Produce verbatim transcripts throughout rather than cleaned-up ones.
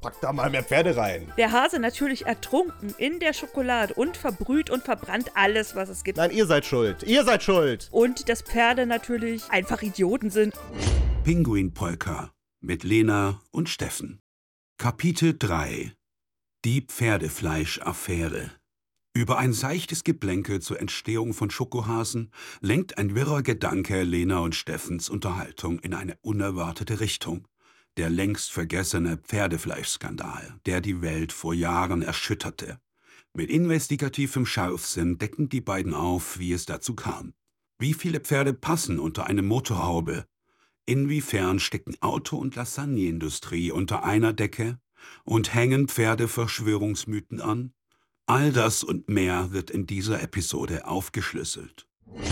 Pack da mal mehr Pferde rein. Der Hase natürlich ertrunken in der Schokolade und verbrüht und verbrannt alles, was es gibt. Nein, ihr seid schuld. Ihr seid schuld. Und dass Pferde natürlich einfach Idioten sind. Pinguin-Polka mit Lena und Steffen. Kapitel drei. Die Pferdefleisch-Affäre. Über ein seichtes Geplänkel zur Entstehung von Schokohasen lenkt ein wirrer Gedanke Lena und Steffens Unterhaltung in eine unerwartete Richtung. Der längst vergessene Pferdefleischskandal, der die Welt vor Jahren erschütterte. Mit investigativem Scharfsinn decken die beiden auf, wie es dazu kam. Wie viele Pferde passen unter eine Motorhaube? Inwiefern stecken Auto- und Lasagneindustrie unter einer Decke? Und hängen Pferde Verschwörungsmythen an? All das und mehr wird in dieser Episode aufgeschlüsselt.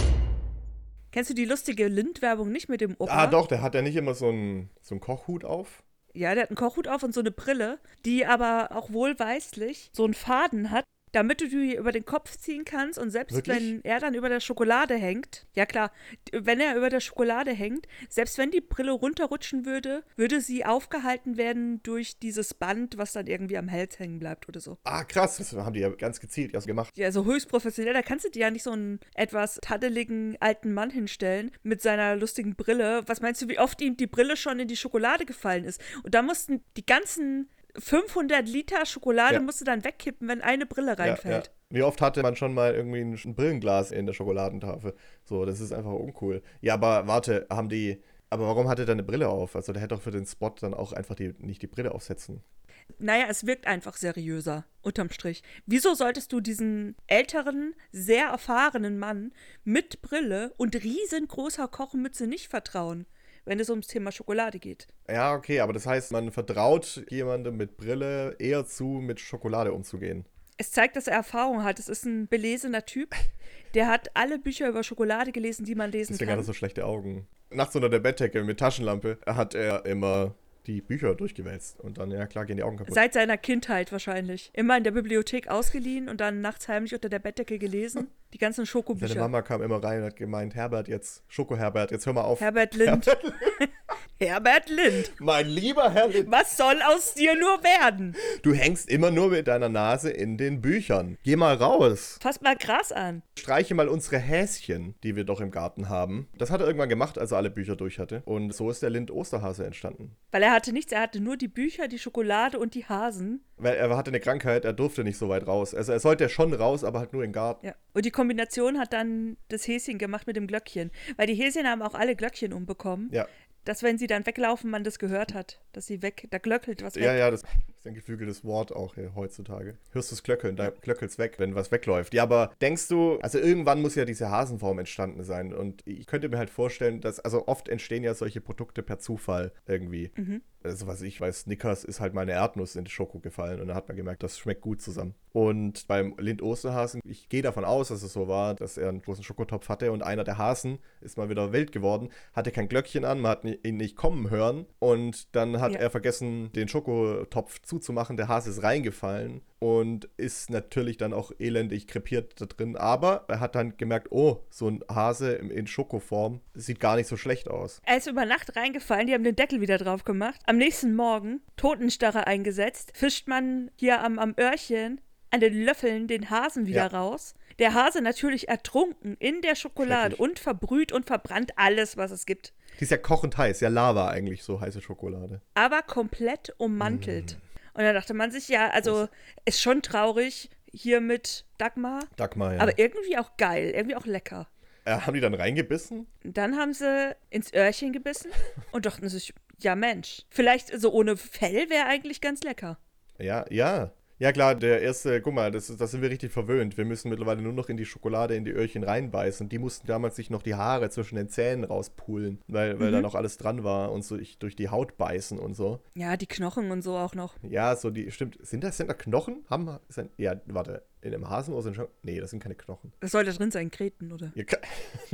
Kennst du die lustige Lind-Werbung nicht mit dem Opa? Ah doch, der hat ja nicht immer so einen, so einen Kochhut auf. Ja, der hat einen Kochhut auf und so eine Brille, die aber auch wohlweislich so einen Faden hat, damit du die über den Kopf ziehen kannst und selbst Wirklich? wenn er dann über der Schokolade hängt, ja klar, wenn er über der Schokolade hängt, selbst wenn die Brille runterrutschen würde, würde sie aufgehalten werden durch dieses Band, was dann irgendwie am Hals hängen bleibt oder so. Ah, krass. Das haben die ja ganz gezielt erst gemacht. Ja, so höchst professionell, da kannst du dir ja nicht so einen etwas taddeligen alten Mann hinstellen mit seiner lustigen Brille. Was meinst du, wie oft ihm die Brille schon in die Schokolade gefallen ist? Und da mussten die ganzen fünfhundert Liter Schokolade Ja. musste dann wegkippen, wenn eine Brille reinfällt. Ja, ja. Wie oft hatte man schon mal irgendwie ein, ein Brillenglas in der Schokoladentafel? So, das ist einfach uncool. Ja, aber warte, haben die... Aber warum hatte der eine Brille auf? Also der hätte doch für den Spot dann auch einfach die, nicht die Brille aufsetzen. Naja, es wirkt einfach seriöser, unterm Strich. Wieso solltest du diesen älteren, sehr erfahrenen Mann mit Brille und riesengroßer Kochmütze nicht vertrauen, wenn es ums Thema Schokolade geht? Ja, okay, aber das heißt, man vertraut jemandem mit Brille eher zu, mit Schokolade umzugehen. Es zeigt, dass er Erfahrung hat. Es ist ein belesener Typ. Der hat alle Bücher über Schokolade gelesen, die man lesen Deswegen hat kann. er so schlechte Augen. Nachts unter der Bettdecke mit Taschenlampe hat er immer die Bücher durchgewälzt. Und dann, ja klar, gehen die Augen kaputt. Seit seiner Kindheit wahrscheinlich. Immer in der Bibliothek ausgeliehen und dann nachts heimlich unter der Bettdecke gelesen. Die ganzen Schokobücher. Seine Mama kam immer rein und hat gemeint, Herbert, jetzt, Schoko-Herbert, jetzt hör mal auf. Herbert Lind. Herbert, Herbert Lind. mein lieber Herr Lind, Was soll aus dir nur werden? du hängst immer nur mit deiner Nase in den Büchern. Geh mal raus. Fass mal Gras an. Streiche mal unsere Häschen, die wir doch im Garten haben. Das hat er irgendwann gemacht, als er alle Bücher durch hatte. Und so ist der Lind Osterhase entstanden. Weil er hatte nichts, er hatte nur die Bücher, die Schokolade und die Hasen. Weil er hatte eine Krankheit, er durfte nicht so weit raus. Also er sollte schon raus, aber halt nur im Garten. Ja. Und die Kombination hat dann das Häschen gemacht mit dem Glöckchen. Weil die Häschen haben auch alle Glöckchen umbekommen. Ja. Dass, wenn sie dann weglaufen, man das gehört hat. Dass sie weg, da glöckelt was weg. Ja, ja, das ist ein geflügeltes Wort auch hier heutzutage. Hörst du es glöckeln, da glöckelt's weg, wenn was wegläuft. Ja, aber denkst du, also irgendwann muss ja diese Hasenform entstanden sein und ich könnte mir halt vorstellen, dass, also oft entstehen ja solche Produkte per Zufall irgendwie. Mhm. Also was ich weiß, Snickers ist halt mal eine Erdnuss in die Schoko gefallen und dann hat man gemerkt, das schmeckt gut zusammen. Und beim Lind Osterhasen, ich gehe davon aus, dass es so war, dass er einen großen Schokotopf hatte und einer der Hasen ist mal wieder wild geworden, hatte kein Glöckchen an, man hat ihn nicht kommen hören und dann hat Ja. er vergessen, den Schokotopf zuzumachen, der Hase ist reingefallen und ist natürlich dann auch elendig krepiert da drin, aber er hat dann gemerkt, oh, so ein Hase in Schokoform sieht gar nicht so schlecht aus. Er ist über Nacht reingefallen, die haben den Deckel wieder drauf gemacht. Am nächsten Morgen, Totenstarre eingesetzt, fischt man hier am, am Öhrchen an den Löffeln den Hasen wieder Ja. raus. Der Hase natürlich ertrunken in der Schokolade Schrecklich. und verbrüht und verbrannt alles, was es gibt. Die ist ja kochend heiß, ja Lava eigentlich, so heiße Schokolade. Aber komplett ummantelt. Und da dachte man sich, ja, also ist schon traurig hier mit Dagmar, Dagmar, ja. aber irgendwie auch geil, irgendwie auch lecker. Äh, haben die dann reingebissen? Dann haben sie ins Öhrchen gebissen und dachten sich, ja Mensch, vielleicht so ohne Fell wäre eigentlich ganz lecker. Ja, ja. Ja klar, der erste, guck mal, das, ist- das sind wir richtig verwöhnt. Wir müssen mittlerweile nur noch in die Schokolade, in die Öhrchen reinbeißen. Die mussten damals sich noch die Haare zwischen den Zähnen rauspulen, weil, weil Mhm. da noch alles dran war und so ich, durch die Haut beißen und so. Ja, die Knochen und so auch noch. Ja, so die, stimmt. Sind das, sind da Knochen? Haben, sind, ja, warte, in einem Hasen oder sind schon, nee, das sind keine Knochen. Das soll da drin sein, Kreten, oder? Ja, ka-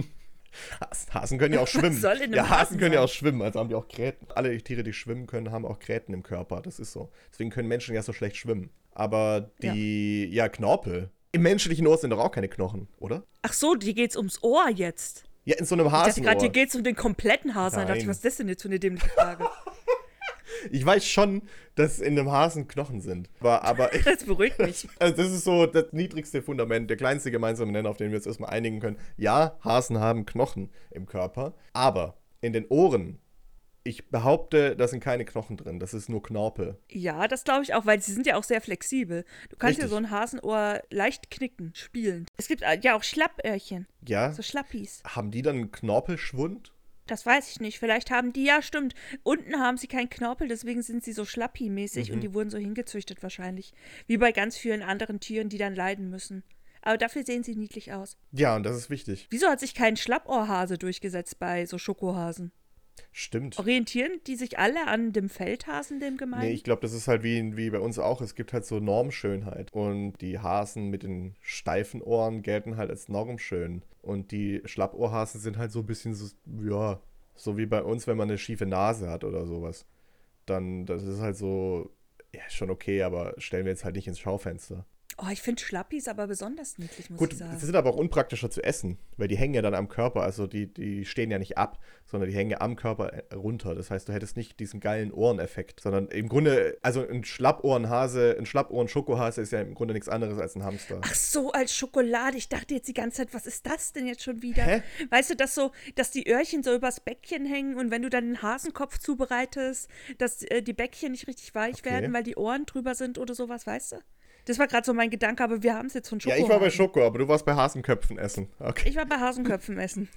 Has- Hasen können ja auch schwimmen. soll in einem ja, Hasen Hasen können ja sein? auch schwimmen, also haben die auch Gräten. Alle Tiere, die schwimmen können, haben auch Gräten im Körper, das ist so. Deswegen können Menschen ja so schlecht schwimmen. Aber die, ja, Knorpel. Im menschlichen Ohr sind doch auch keine Knochen, oder? Ach so, dir geht's ums Ohr jetzt. Ja, in so einem Ich dachte Hasenohr. gerade, dir geht's um den kompletten Hasen. Da dachte ich, Nein. was ist das denn jetzt für eine dämliche Frage? Ich weiß schon, dass in einem Hasen Knochen sind. Aber, aber ich, Das beruhigt mich. also das ist so das niedrigste Fundament, der kleinste gemeinsame Nenner, auf den wir uns erstmal einigen können. Ja, Hasen haben Knochen im Körper, aber in den Ohren, ich behaupte, da sind keine Knochen drin, das ist nur Knorpel. Ja, das glaube ich auch, weil sie sind ja auch sehr flexibel. Du kannst ja Richtig. so ein Hasenohr leicht knicken, spielend. Es gibt äh, ja auch Schlappöhrchen, Ja, so Schlappis. haben die dann einen Knorpelschwund? Das weiß ich nicht. Vielleicht haben die, ja stimmt, unten haben sie keinen Knorpel, deswegen sind sie so Schlappi-mäßig und die wurden so hingezüchtet wahrscheinlich. Wie bei ganz vielen anderen Tieren, die dann leiden müssen. Aber dafür sehen sie niedlich aus. Ja, und das ist wichtig. Wieso hat sich kein Schlappohrhase durchgesetzt bei so Schokohasen? Stimmt. Orientieren die sich alle an dem Feldhasen, dem gemeinen? Nee, ich glaube, das ist halt wie, wie bei uns auch. Es gibt halt so Normschönheit. Und die Hasen mit den steifen Ohren gelten halt als normschön. Und die Schlappohrhasen sind halt so ein bisschen so, ja, so wie bei uns, wenn man eine schiefe Nase hat oder sowas. Dann, das ist halt so, ja, schon okay, aber stellen wir jetzt halt nicht ins Schaufenster. Oh, ich finde Schlappis aber besonders niedlich, muss Gut, ich sie sagen. sind aber auch unpraktischer zu essen, weil die hängen ja dann am Körper, also die, die stehen ja nicht ab, sondern die hängen ja am Körper äh, runter. Das heißt, du hättest nicht diesen geilen Ohreneffekt, sondern im Grunde, also ein Schlappohrenhase, ein Schlappohren-Schokohase ist ja im Grunde nichts anderes als ein Hamster. Ach so, als Schokolade. Ich dachte jetzt die ganze Zeit, was ist das denn jetzt schon wieder? Hä? Weißt du, dass so, dass die Öhrchen so übers Bäckchen hängen und wenn du dann den Hasenkopf zubereitest, dass äh, die Bäckchen nicht richtig weich Okay. werden, weil die Ohren drüber sind oder sowas, weißt du? Das war gerade so mein Gedanke, aber wir haben es jetzt von Ja, Schoko. ich war bei Schoko, aber du warst bei Hasenköpfen essen. Okay. Ich war bei Hasenköpfen essen.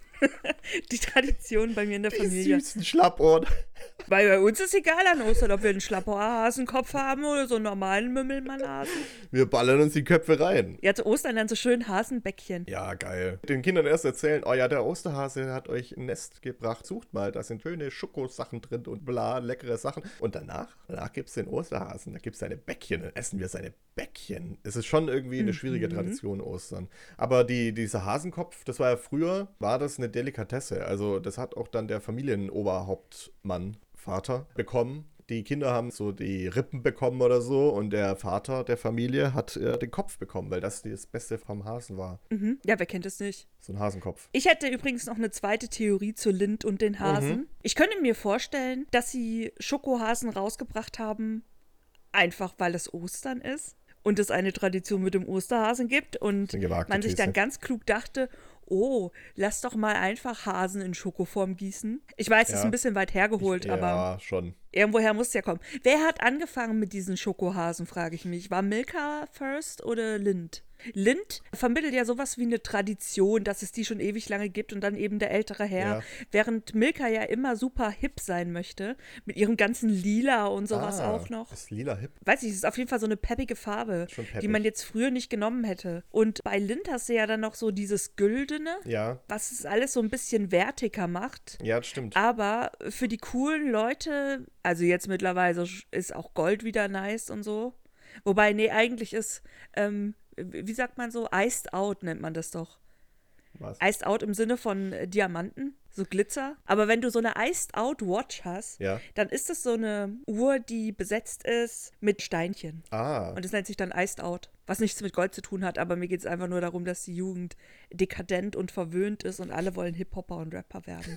Die Tradition bei mir in der Die Familie. süßen Schlappohren. Weil bei uns ist egal an Ostern, ob wir einen Schlappohrhasenkopf haben oder so einen normalen Mümmelmannhasen. Wir ballern uns die Köpfe rein. Ja, zu Ostern dann so schön Hasenbäckchen. Ja, geil. Den Kindern erst erzählen, oh ja, der Osterhase hat euch ein Nest gebracht, sucht mal, da sind schöne Schokosachen drin und bla, leckere Sachen. Und danach, danach gibt's den Osterhasen, da gibt's seine Bäckchen, dann essen wir seine Bäckchen. Es ist schon irgendwie eine schwierige Tradition, Ostern. Aber die, dieser Hasenkopf, das war ja früher, war das eine Delikatesse. Also das hat auch dann der Familienoberhauptmann, Vater, bekommen. Die Kinder haben so die Rippen bekommen oder so und der Vater der Familie hat äh, den Kopf bekommen, weil das das Beste vom Hasen war. Mhm. Ja, wer kennt es nicht? So ein Hasenkopf. Ich hätte übrigens noch eine zweite Theorie zu Lind und den Hasen. Mhm. Ich könnte mir vorstellen, dass sie Schokohasen rausgebracht haben, einfach weil es Ostern ist und es eine Tradition mit dem Osterhasen gibt und Eine gewagte man sich dann These. ganz klug dachte, oh, lass doch mal einfach Hasen in Schokoform gießen. Ich weiß, es ist Ja. ein bisschen weit hergeholt, Ich, aber ja, schon. irgendwoher muss es ja kommen. Wer hat angefangen mit diesen Schokohasen, frage ich mich. War Milka first oder Lind? Lind vermittelt ja sowas wie eine Tradition, dass es die schon ewig lange gibt und dann eben der ältere Herr. Ja. Während Milka ja immer super hip sein möchte, mit ihrem ganzen Lila und sowas Ah, auch noch. Ist lila hip? Weiß ich, es ist auf jeden Fall so eine peppige Farbe, Schon peppig. die man jetzt früher nicht genommen hätte. Und bei Lind hast du ja dann noch so dieses Güldene, Ja, was es alles so ein bisschen wertiger macht. ja, das stimmt. Aber für die coolen Leute, also jetzt mittlerweile ist auch Gold wieder nice und so. Wobei, nee, eigentlich ist, ähm, wie sagt man so, Iced Out nennt man das doch. Was? Iced Out im Sinne von äh, Diamanten, so Glitzer. Aber wenn du so eine Iced Out Watch hast, Ja. dann ist das so eine Uhr, die besetzt ist mit Steinchen. Ah, Und das nennt sich dann Iced Out. Was nichts mit Gold zu tun hat, aber mir geht es einfach nur darum, dass die Jugend dekadent und verwöhnt ist und alle wollen Hip-Hopper und Rapper werden.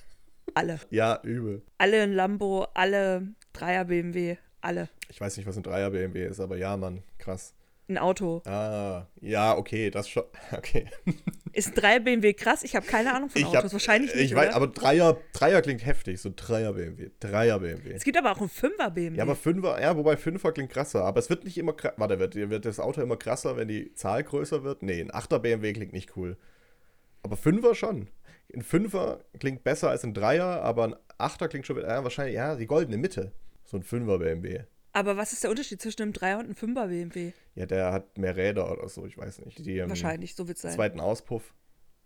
Alle. ja, übel. Alle ein Lambo, alle Dreier-B M W, alle. Ich weiß nicht, was ein Dreier-B M W ist, aber ja, Mann, krass. Ein Auto. Ah, ja, okay, das schon. Okay. Ist ein Dreier-B M W krass? Ich habe keine Ahnung von Ich Autos. hab- Wahrscheinlich nicht, Ich weiß, oder? aber Dreier, Dreier klingt heftig, so Dreier-B M W. Dreier-B M W. Es gibt aber auch einen Fünfer-B M W. Ja, aber Fünfer, ja, wobei Fünfer klingt krasser. Aber es wird nicht immer krasser. Warte, wird, wird das Auto immer krasser, wenn die Zahl größer wird? Nee, ein Achter-B M W klingt nicht cool. Aber Fünfer schon. Ein Fünfer klingt besser als ein Dreier, aber ein Achter klingt schon wieder, ja, wahrscheinlich, ja, die goldene Mitte. So ein Fünfer-B M W. Aber was ist der Unterschied zwischen einem Dreier und einem Fünfer-B M W? Ja, der hat mehr Räder oder so, ich weiß nicht. Die, ähm, Wahrscheinlich, so wird es sein. Zweiten Auspuff.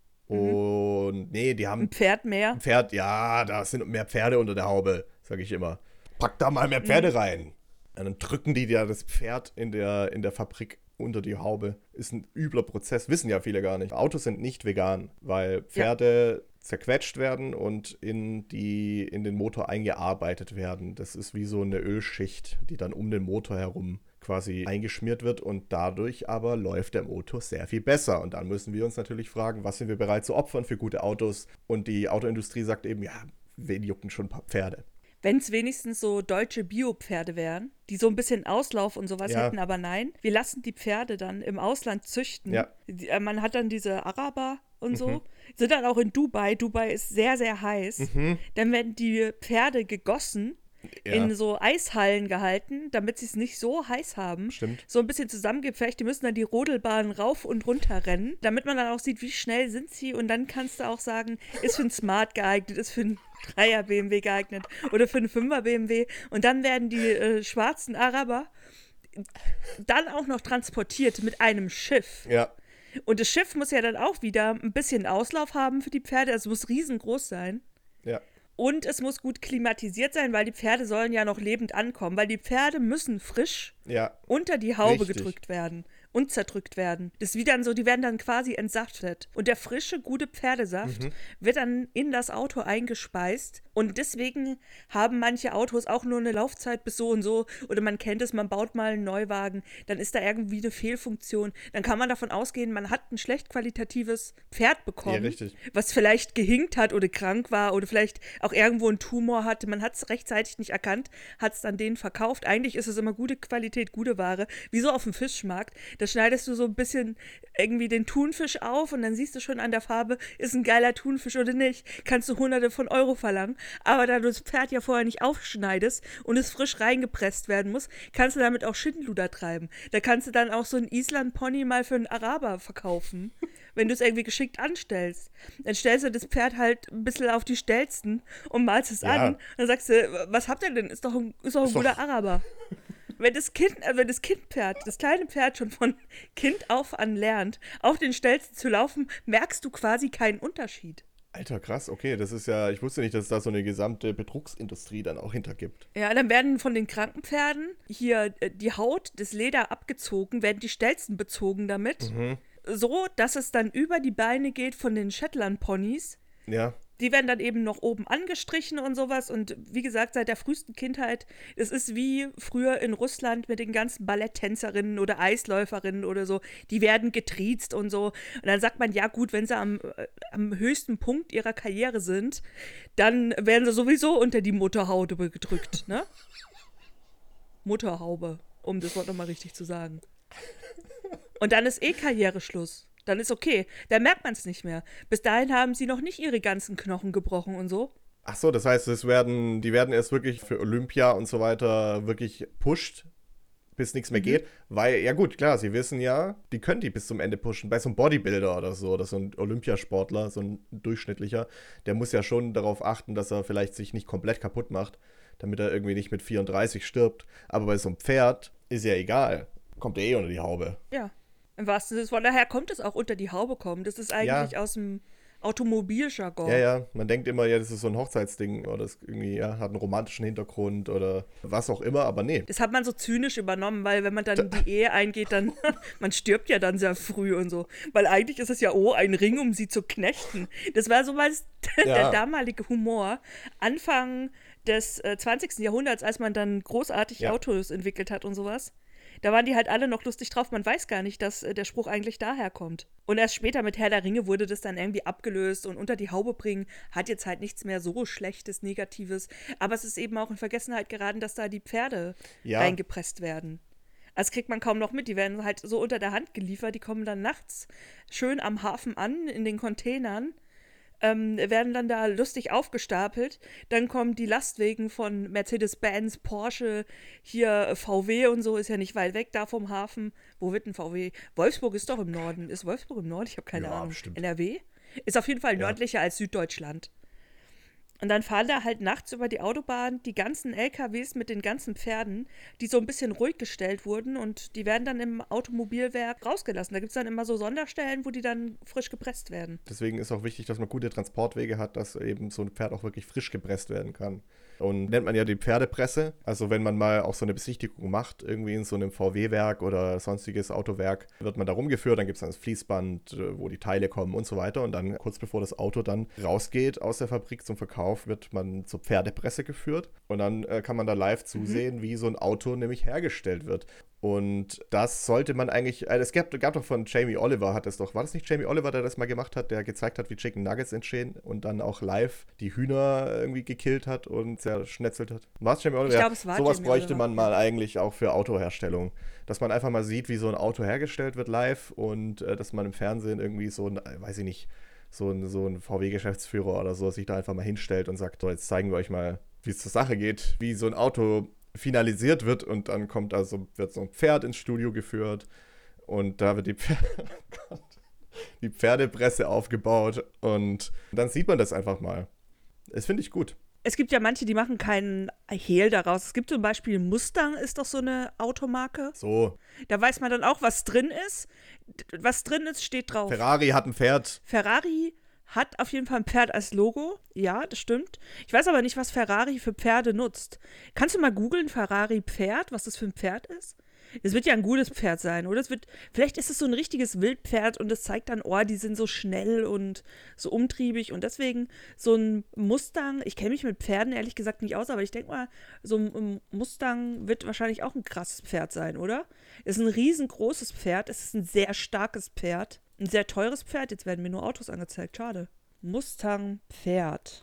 Und nee, die haben Ein Pferd mehr. ein Pferd, ja, da sind mehr Pferde unter der Haube, sage ich immer. Pack da mal mehr Pferde rein. Und dann drücken die ja das Pferd in der, in der Fabrik unter die Haube. Ist ein übler Prozess, wissen ja viele gar nicht. Autos sind nicht vegan, weil Pferde zerquetscht werden und in, die, in den Motor eingearbeitet werden. Das ist wie so eine Ölschicht, die dann um den Motor herum quasi eingeschmiert wird und dadurch aber läuft der Motor sehr viel besser. Und dann müssen wir uns natürlich fragen, was sind wir bereit zu opfern für gute Autos? Und die Autoindustrie sagt eben, ja, wen jucken schon ein paar Pferde? Wenn es wenigstens so deutsche Bio-Pferde wären, die so ein bisschen Auslauf und sowas Ja. hätten, aber nein, wir lassen die Pferde dann im Ausland züchten. Ja. Die, äh, man hat dann diese Araber und Mhm. so, sind dann auch in Dubai. Dubai ist sehr, sehr heiß. Mhm. Dann werden die Pferde gegossen, Ja. in so Eishallen gehalten, damit sie es nicht so heiß haben. Stimmt. So ein bisschen zusammengepfercht. Die müssen dann die Rodelbahn rauf und runter rennen, damit man dann auch sieht, wie schnell sind sie. Und dann kannst du auch sagen, ist für einen Smart geeignet, ist für einen Dreier B M W geeignet oder für einen Fünfer B M W. Und dann werden die äh, schwarzen Araber dann auch noch transportiert mit einem Schiff. Ja. Und das Schiff muss ja dann auch wieder ein bisschen Auslauf haben für die Pferde. Also es muss riesengroß sein. Ja. Und es muss gut klimatisiert sein, weil die Pferde sollen ja noch lebend ankommen. Weil die Pferde müssen frisch Ja. unter die Haube Richtig. gedrückt werden und zerdrückt werden. Das ist wie dann so, die werden dann quasi entsaftet. Und der frische, gute Pferdesaft Mhm. wird dann in das Auto eingespeist. Und deswegen haben manche Autos auch nur eine Laufzeit bis so und so. Oder man kennt es, man baut mal einen Neuwagen, dann ist da irgendwie eine Fehlfunktion. Dann kann man davon ausgehen, man hat ein schlecht qualitatives Pferd bekommen, Ja, richtig. was vielleicht gehinkt hat oder krank war oder vielleicht auch irgendwo einen Tumor hatte. Man hat es rechtzeitig nicht erkannt, hat es dann denen verkauft. Eigentlich ist es immer gute Qualität, gute Ware. Wie so auf dem Fischmarkt. Da schneidest du so ein bisschen irgendwie den Thunfisch auf und dann siehst du schon an der Farbe, ist ein geiler Thunfisch oder nicht. Kannst du hunderte von Euro verlangen. Aber da du das Pferd ja vorher nicht aufschneidest und es frisch reingepresst werden muss, kannst du damit auch Schindluder treiben. Da kannst du dann auch so einen Island-Pony mal für einen Araber verkaufen, wenn du es irgendwie geschickt anstellst. Dann stellst du das Pferd halt ein bisschen auf die Stelzen und malst es Ja. an. Dann sagst du, was habt ihr denn? Ist doch ein, ist doch ein Ist doch- guter Araber. Wenn das Kind, äh, wenn das Kindpferd, das kleine Pferd schon von Kind auf an lernt, auf den Stelzen zu laufen, merkst du quasi keinen Unterschied. Alter, krass, okay, das ist ja, ich wusste nicht, dass es da so eine gesamte Betrugsindustrie dann auch hinter gibt. Ja, dann werden von den kranken Pferden hier äh, die Haut, das Leder abgezogen, werden die Stelzen bezogen damit, Mhm. so dass es dann über die Beine geht von den Shetland-Ponys. Ja, Die werden dann eben noch oben angestrichen und sowas. Und wie gesagt, seit der frühesten Kindheit, es ist wie früher in Russland mit den ganzen Balletttänzerinnen oder Eisläuferinnen oder so. Die werden getriezt und so. Und dann sagt man, ja gut, wenn sie am, äh, am höchsten Punkt ihrer Karriere sind, dann werden sie sowieso unter die Mutterhaube gedrückt, ne? Mutterhaube, um das Wort nochmal richtig zu sagen. Und dann ist eh Karriereschluss. Dann ist okay. Da merkt man es nicht mehr. Bis dahin haben sie noch nicht ihre ganzen Knochen gebrochen und so. ach so, das heißt, es werden, die werden erst wirklich für Olympia und so weiter wirklich pusht, bis nichts mehr Mhm. geht, weil, ja gut, klar, sie wissen ja, die können die bis zum Ende pushen. Bei so einem Bodybuilder oder so, oder so ein Olympiasportler, so ein durchschnittlicher, der muss ja schon darauf achten, dass er vielleicht sich nicht komplett kaputt macht, damit er irgendwie nicht mit vierunddreißig stirbt. Aber bei so einem Pferd ist ja egal, kommt er eh unter die Haube. Ja. Im wahrsten Sinne, von daher kommt es auch unter die Haube kommen. Das ist eigentlich aus dem Automobiljargon. Ja, ja, man denkt immer, ja, das ist so ein Hochzeitsding oder das irgendwie, ja, hat einen romantischen Hintergrund oder was auch immer, aber nee. Das hat man so zynisch übernommen, weil wenn man dann die Ehe eingeht, dann, man stirbt ja dann sehr früh und so. Weil eigentlich ist es ja, oh, ein Ring, um sie zu knechten. Das war so mal Ja. der damalige Humor. Anfang des äh, zwanzigsten Jahrhunderts, als man dann großartig Ja. Autos entwickelt hat und sowas. Da waren die halt alle noch lustig drauf. Man weiß gar nicht, dass äh, der Spruch eigentlich daher kommt. Und erst später mit Herr der Ringe wurde das dann irgendwie abgelöst und unter die Haube bringen hat jetzt halt nichts mehr so Schlechtes, Negatives. Aber es ist eben auch in Vergessenheit geraten, dass da die Pferde Ja. reingepresst werden. Das kriegt man kaum noch mit. Die werden halt so unter der Hand geliefert. Die kommen dann nachts schön am Hafen an, in den Containern. Ähm, werden dann da lustig aufgestapelt. Dann kommen die Lastwagen von Mercedes-Benz, Porsche, hier V W und so, ist ja nicht weit weg da vom Hafen. Wo wird denn V W? Wolfsburg ist doch im Norden. Ist Wolfsburg im Norden? Ich habe keine Ja, Ahnung. bestimmt. N R W? Ist auf jeden Fall Ja. nördlicher als Süddeutschland. Und dann fahren da halt nachts über die Autobahn die ganzen L K Ws mit den ganzen Pferden, die so ein bisschen ruhig gestellt wurden und die werden dann im Automobilwerk rausgelassen. Da gibt es dann immer so Sonderstellen, wo die dann frisch gepresst werden. Deswegen ist auch wichtig, dass man gute Transportwege hat, dass eben so ein Pferd auch wirklich frisch gepresst werden kann. Und nennt man ja die Pferdepresse. Also wenn man mal auch so eine Besichtigung macht, irgendwie in so einem V W-Werk oder sonstiges Autowerk, wird man da rumgeführt, dann gibt es dann das Fließband, äh, wo die Teile kommen und so weiter. Und dann kurz bevor das Auto dann rausgeht aus der Fabrik zum Verkauf, wird man zur Pferdepresse geführt. Und dann äh, kann man da live zusehen, wie so ein Auto nämlich hergestellt wird. Und das sollte man eigentlich, äh, es gab, gab doch von Jamie Oliver, hat das doch, war das nicht Jamie Oliver, der das mal gemacht hat, der gezeigt hat, wie Chicken Nuggets entstehen und dann auch live die Hühner irgendwie gekillt hat und er schnetzelt hat. War es Jamie Oliver? Ich glaube, es war Sowas Jamie bräuchte Oliver. man mal eigentlich auch für Autoherstellung. Dass man einfach mal sieht, wie so ein Auto hergestellt wird live und äh, dass man im Fernsehen irgendwie so ein, äh, weiß ich nicht, so ein, so ein V W-Geschäftsführer oder so sich da einfach mal hinstellt und sagt, so, jetzt zeigen wir euch mal, wie es zur Sache geht, wie so ein Auto finalisiert wird und dann kommt also, wird so ein Pferd ins Studio geführt und da wird die, Pferde, oh Gott, die Pferdepresse aufgebaut und dann sieht man das einfach mal. Das finde ich gut. Es gibt ja manche, die machen keinen Hehl daraus. Es gibt zum Beispiel Mustang, ist doch so eine Automarke. So, Da weiß man dann auch, was drin ist. D- Was drin ist, steht drauf. Ferrari hat ein Pferd. Ferrari hat auf jeden Fall ein Pferd als Logo. Ja, das stimmt. Ich weiß aber nicht, was Ferrari für Pferde nutzt. Kannst du mal googeln, Ferrari Pferd, was das für ein Pferd ist? Es wird ja ein gutes Pferd sein, oder? Es wird, vielleicht ist es so ein richtiges Wildpferd und es zeigt dann, oh, die sind so schnell und so umtriebig und deswegen so ein Mustang, ich kenne mich mit Pferden ehrlich gesagt nicht aus, aber ich denke mal, so ein Mustang wird wahrscheinlich auch ein krasses Pferd sein, oder? Es ist ein riesengroßes Pferd, es ist ein sehr starkes Pferd, ein sehr teures Pferd, jetzt werden mir nur Autos angezeigt, schade. Mustang Pferd.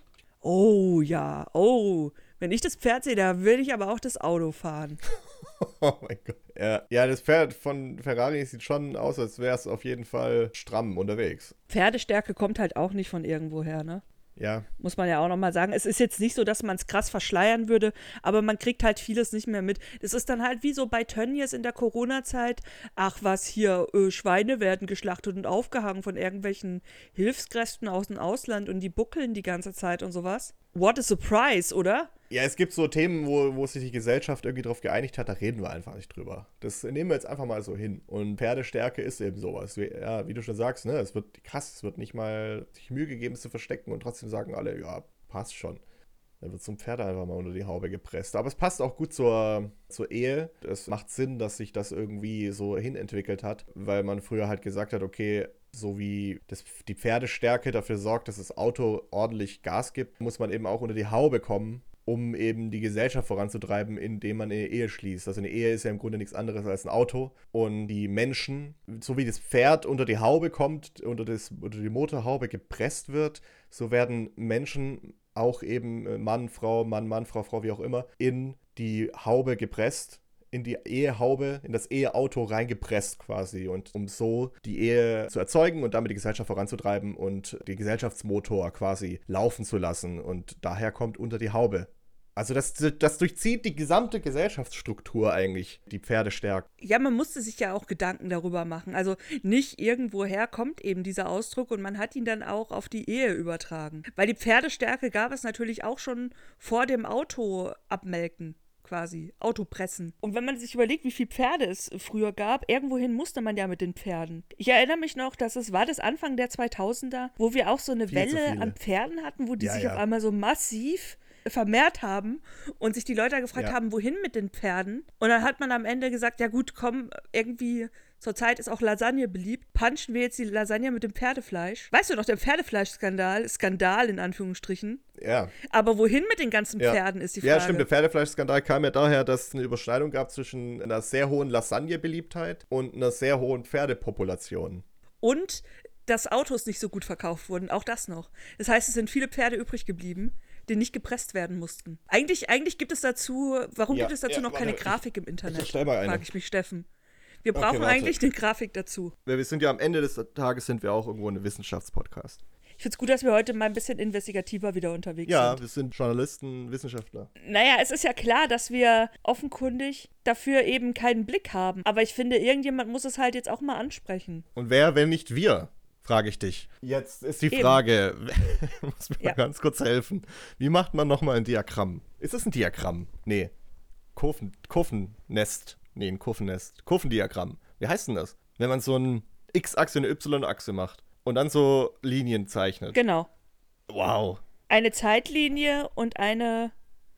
Oh ja, oh, wenn ich das Pferd sehe, da will ich aber auch das Auto fahren. Oh mein Gott. Ja, ja, das Pferd von Ferrari sieht schon aus, als wäre es auf jeden Fall stramm unterwegs. Pferdestärke kommt halt auch nicht von irgendwoher, ne? Ja, Muss man ja auch nochmal sagen. Es ist jetzt nicht so, dass man es krass verschleiern würde, aber man kriegt halt vieles nicht mehr mit. Das ist dann halt wie so bei Tönnies in der Corona-Zeit. Ach was, hier, äh, Schweine werden geschlachtet und aufgehangen von irgendwelchen Hilfskräften aus dem Ausland und die buckeln die ganze Zeit und sowas. What a surprise, oder? ja, es gibt so Themen, wo, wo sich die Gesellschaft irgendwie drauf geeinigt hat, da reden wir einfach nicht drüber. Das nehmen wir jetzt einfach mal so hin. Und Pferdestärke ist eben sowas. Wie, ja, wie du schon sagst, ne, es wird krass, es wird nicht mal sich Mühe gegeben, es zu verstecken und trotzdem sagen alle, ja, passt schon. Dann wird so ein Pferd einfach mal unter die Haube gepresst. Aber es passt auch gut zur, zur Ehe. Es macht Sinn, dass sich das irgendwie so hinentwickelt hat, weil man früher halt gesagt hat, okay, so wie das, die Pferdestärke dafür sorgt, dass das Auto ordentlich Gas gibt, muss man eben auch unter die Haube kommen, um eben die Gesellschaft voranzutreiben, indem man eine Ehe schließt. Also eine Ehe ist ja im Grunde nichts anderes als ein Auto. Und die Menschen, so wie das Pferd unter die Haube kommt, unter, das, unter die Motorhaube gepresst wird, so werden Menschen auch eben Mann, Frau, Mann, Mann, Frau, Frau, wie auch immer, in die Haube gepresst, in die Ehehaube, in das Eheauto reingepresst quasi. Und um so die Ehe zu erzeugen und damit die Gesellschaft voranzutreiben und den Gesellschaftsmotor quasi laufen zu lassen. Und daher kommt unter die Haube. Also das, das durchzieht die gesamte Gesellschaftsstruktur eigentlich, die Pferdestärke. Ja, man musste sich ja auch Gedanken darüber machen. Also nicht irgendwoher kommt eben dieser Ausdruck und man hat ihn dann auch auf die Ehe übertragen. Weil die Pferdestärke gab es natürlich auch schon vor dem Auto abmelken. Quasi, Autopressen. Und wenn man sich überlegt, wie viele Pferde es früher gab, irgendwohin musste man ja mit den Pferden. Ich erinnere mich noch, dass es war das Anfang der zweitausender, wo wir auch so eine Viel zu Welle viele. an Pferden hatten, wo die Ja, sich ja. auf einmal so massiv vermehrt haben und sich die Leute gefragt Ja. haben, wohin mit den Pferden. Und dann hat man am Ende gesagt, ja gut, komm, irgendwie zurzeit ist auch Lasagne beliebt. Punchen wir jetzt die Lasagne mit dem Pferdefleisch. Weißt du noch, der Pferdefleischskandal, Skandal in Anführungsstrichen. Ja. Aber wohin mit den ganzen Ja. Pferden ist die Frage. Ja, stimmt. Der Pferdefleischskandal kam ja daher, dass es eine Überschneidung gab zwischen einer sehr hohen Lasagne-Beliebtheit und einer sehr hohen Pferdepopulation. Und dass Autos nicht so gut verkauft wurden, auch das noch. Das heißt, es sind viele Pferde übrig geblieben, die nicht gepresst werden mussten. Eigentlich, eigentlich gibt es dazu, warum Ja, gibt es dazu ja, noch warte, keine ich- Grafik im Internet? erstell mal eine. Frage ich mich, Steffen. Wir Okay, brauchen warte. eigentlich eine Grafik dazu. Wir sind ja am Ende des Tages sind wir auch irgendwo ein Wissenschaftspodcast. Ich finde es gut, dass wir heute mal ein bisschen investigativer wieder unterwegs Ja, sind. wir sind Journalisten, Wissenschaftler. Naja, es ist ja klar, dass wir offenkundig dafür eben keinen Blick haben. Aber ich finde, irgendjemand muss es halt jetzt auch mal ansprechen. Und wer, wenn nicht wir, frage ich dich. Jetzt ist die Eben. Frage, muss mir Ja. mal ganz kurz helfen. Wie macht man nochmal ein Diagramm? Ist das ein Diagramm? Nee. Kurven, Kurvennest. Nee, ein Kurvennest. Kurvendiagramm. Wie heißt denn das? Wenn man so ein X-Achse und eine Y-Achse macht und dann so Linien zeichnet. Genau. Wow. Eine Zeitlinie und eine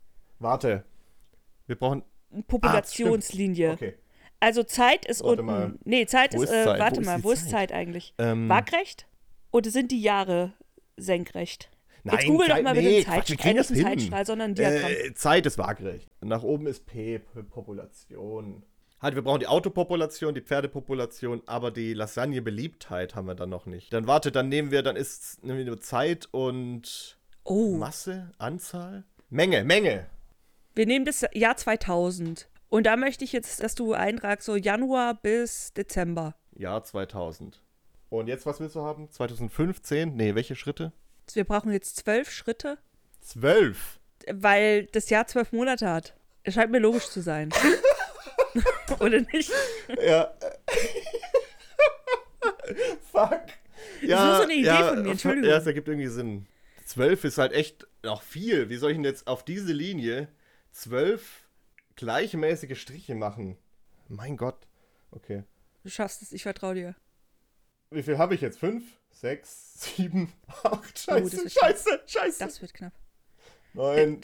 Warte. Wir brauchen. Populationslinie. Ah, okay. Also Zeit ist Warte unten. mal. Nee, Zeit Wo ist, ist äh, Zeit? warte Wo ist mal, die wo ist Zeit? Zeit eigentlich? Ähm, Waagrecht? Oder sind die Jahre senkrecht? Jetzt Nein, google doch Zeit- mal nee, bitte einen Quatsch, wir Zeitstrahl. kriegen Äh, nicht das einen hin. Zeitstrahl, sondern ein Diagramm. Äh, Zeit ist waagrecht. Nach oben ist P, P Population. Halt, wir brauchen die Autopopulation, die Pferdepopulation, aber die Lasagne-Beliebtheit haben wir dann noch nicht. Dann warte, dann nehmen wir, dann ist nehmen wir nur Zeit und Oh, Masse, Anzahl. Menge, Menge. Wir nehmen das Jahr zweitausend. Und da möchte ich jetzt, dass du eintragst, so Januar bis Dezember. Jahr zweitausend. Und jetzt, was willst du haben? zweitausendfünfzehn? Nee, welche Schritte? Wir brauchen jetzt zwölf Schritte, Zwölf. weil das Jahr zwölf Monate hat. Es scheint mir logisch zu sein. Oder nicht? Ja. Fuck. Ja, Das ist nur so eine Idee ja, von mir, Entschuldigung. Ja, es ergibt irgendwie Sinn. Zwölf ist halt echt noch viel. Wie soll ich denn jetzt auf diese Linie zwölf gleichmäßige Striche machen? Mein Gott. Okay. Du schaffst es, ich vertraue dir. Wie viel habe ich jetzt? Fünf? Sechs? Sieben? Acht? Oh, das Scheiße, wird scheiße, scheiße. Das wird knapp. Neun,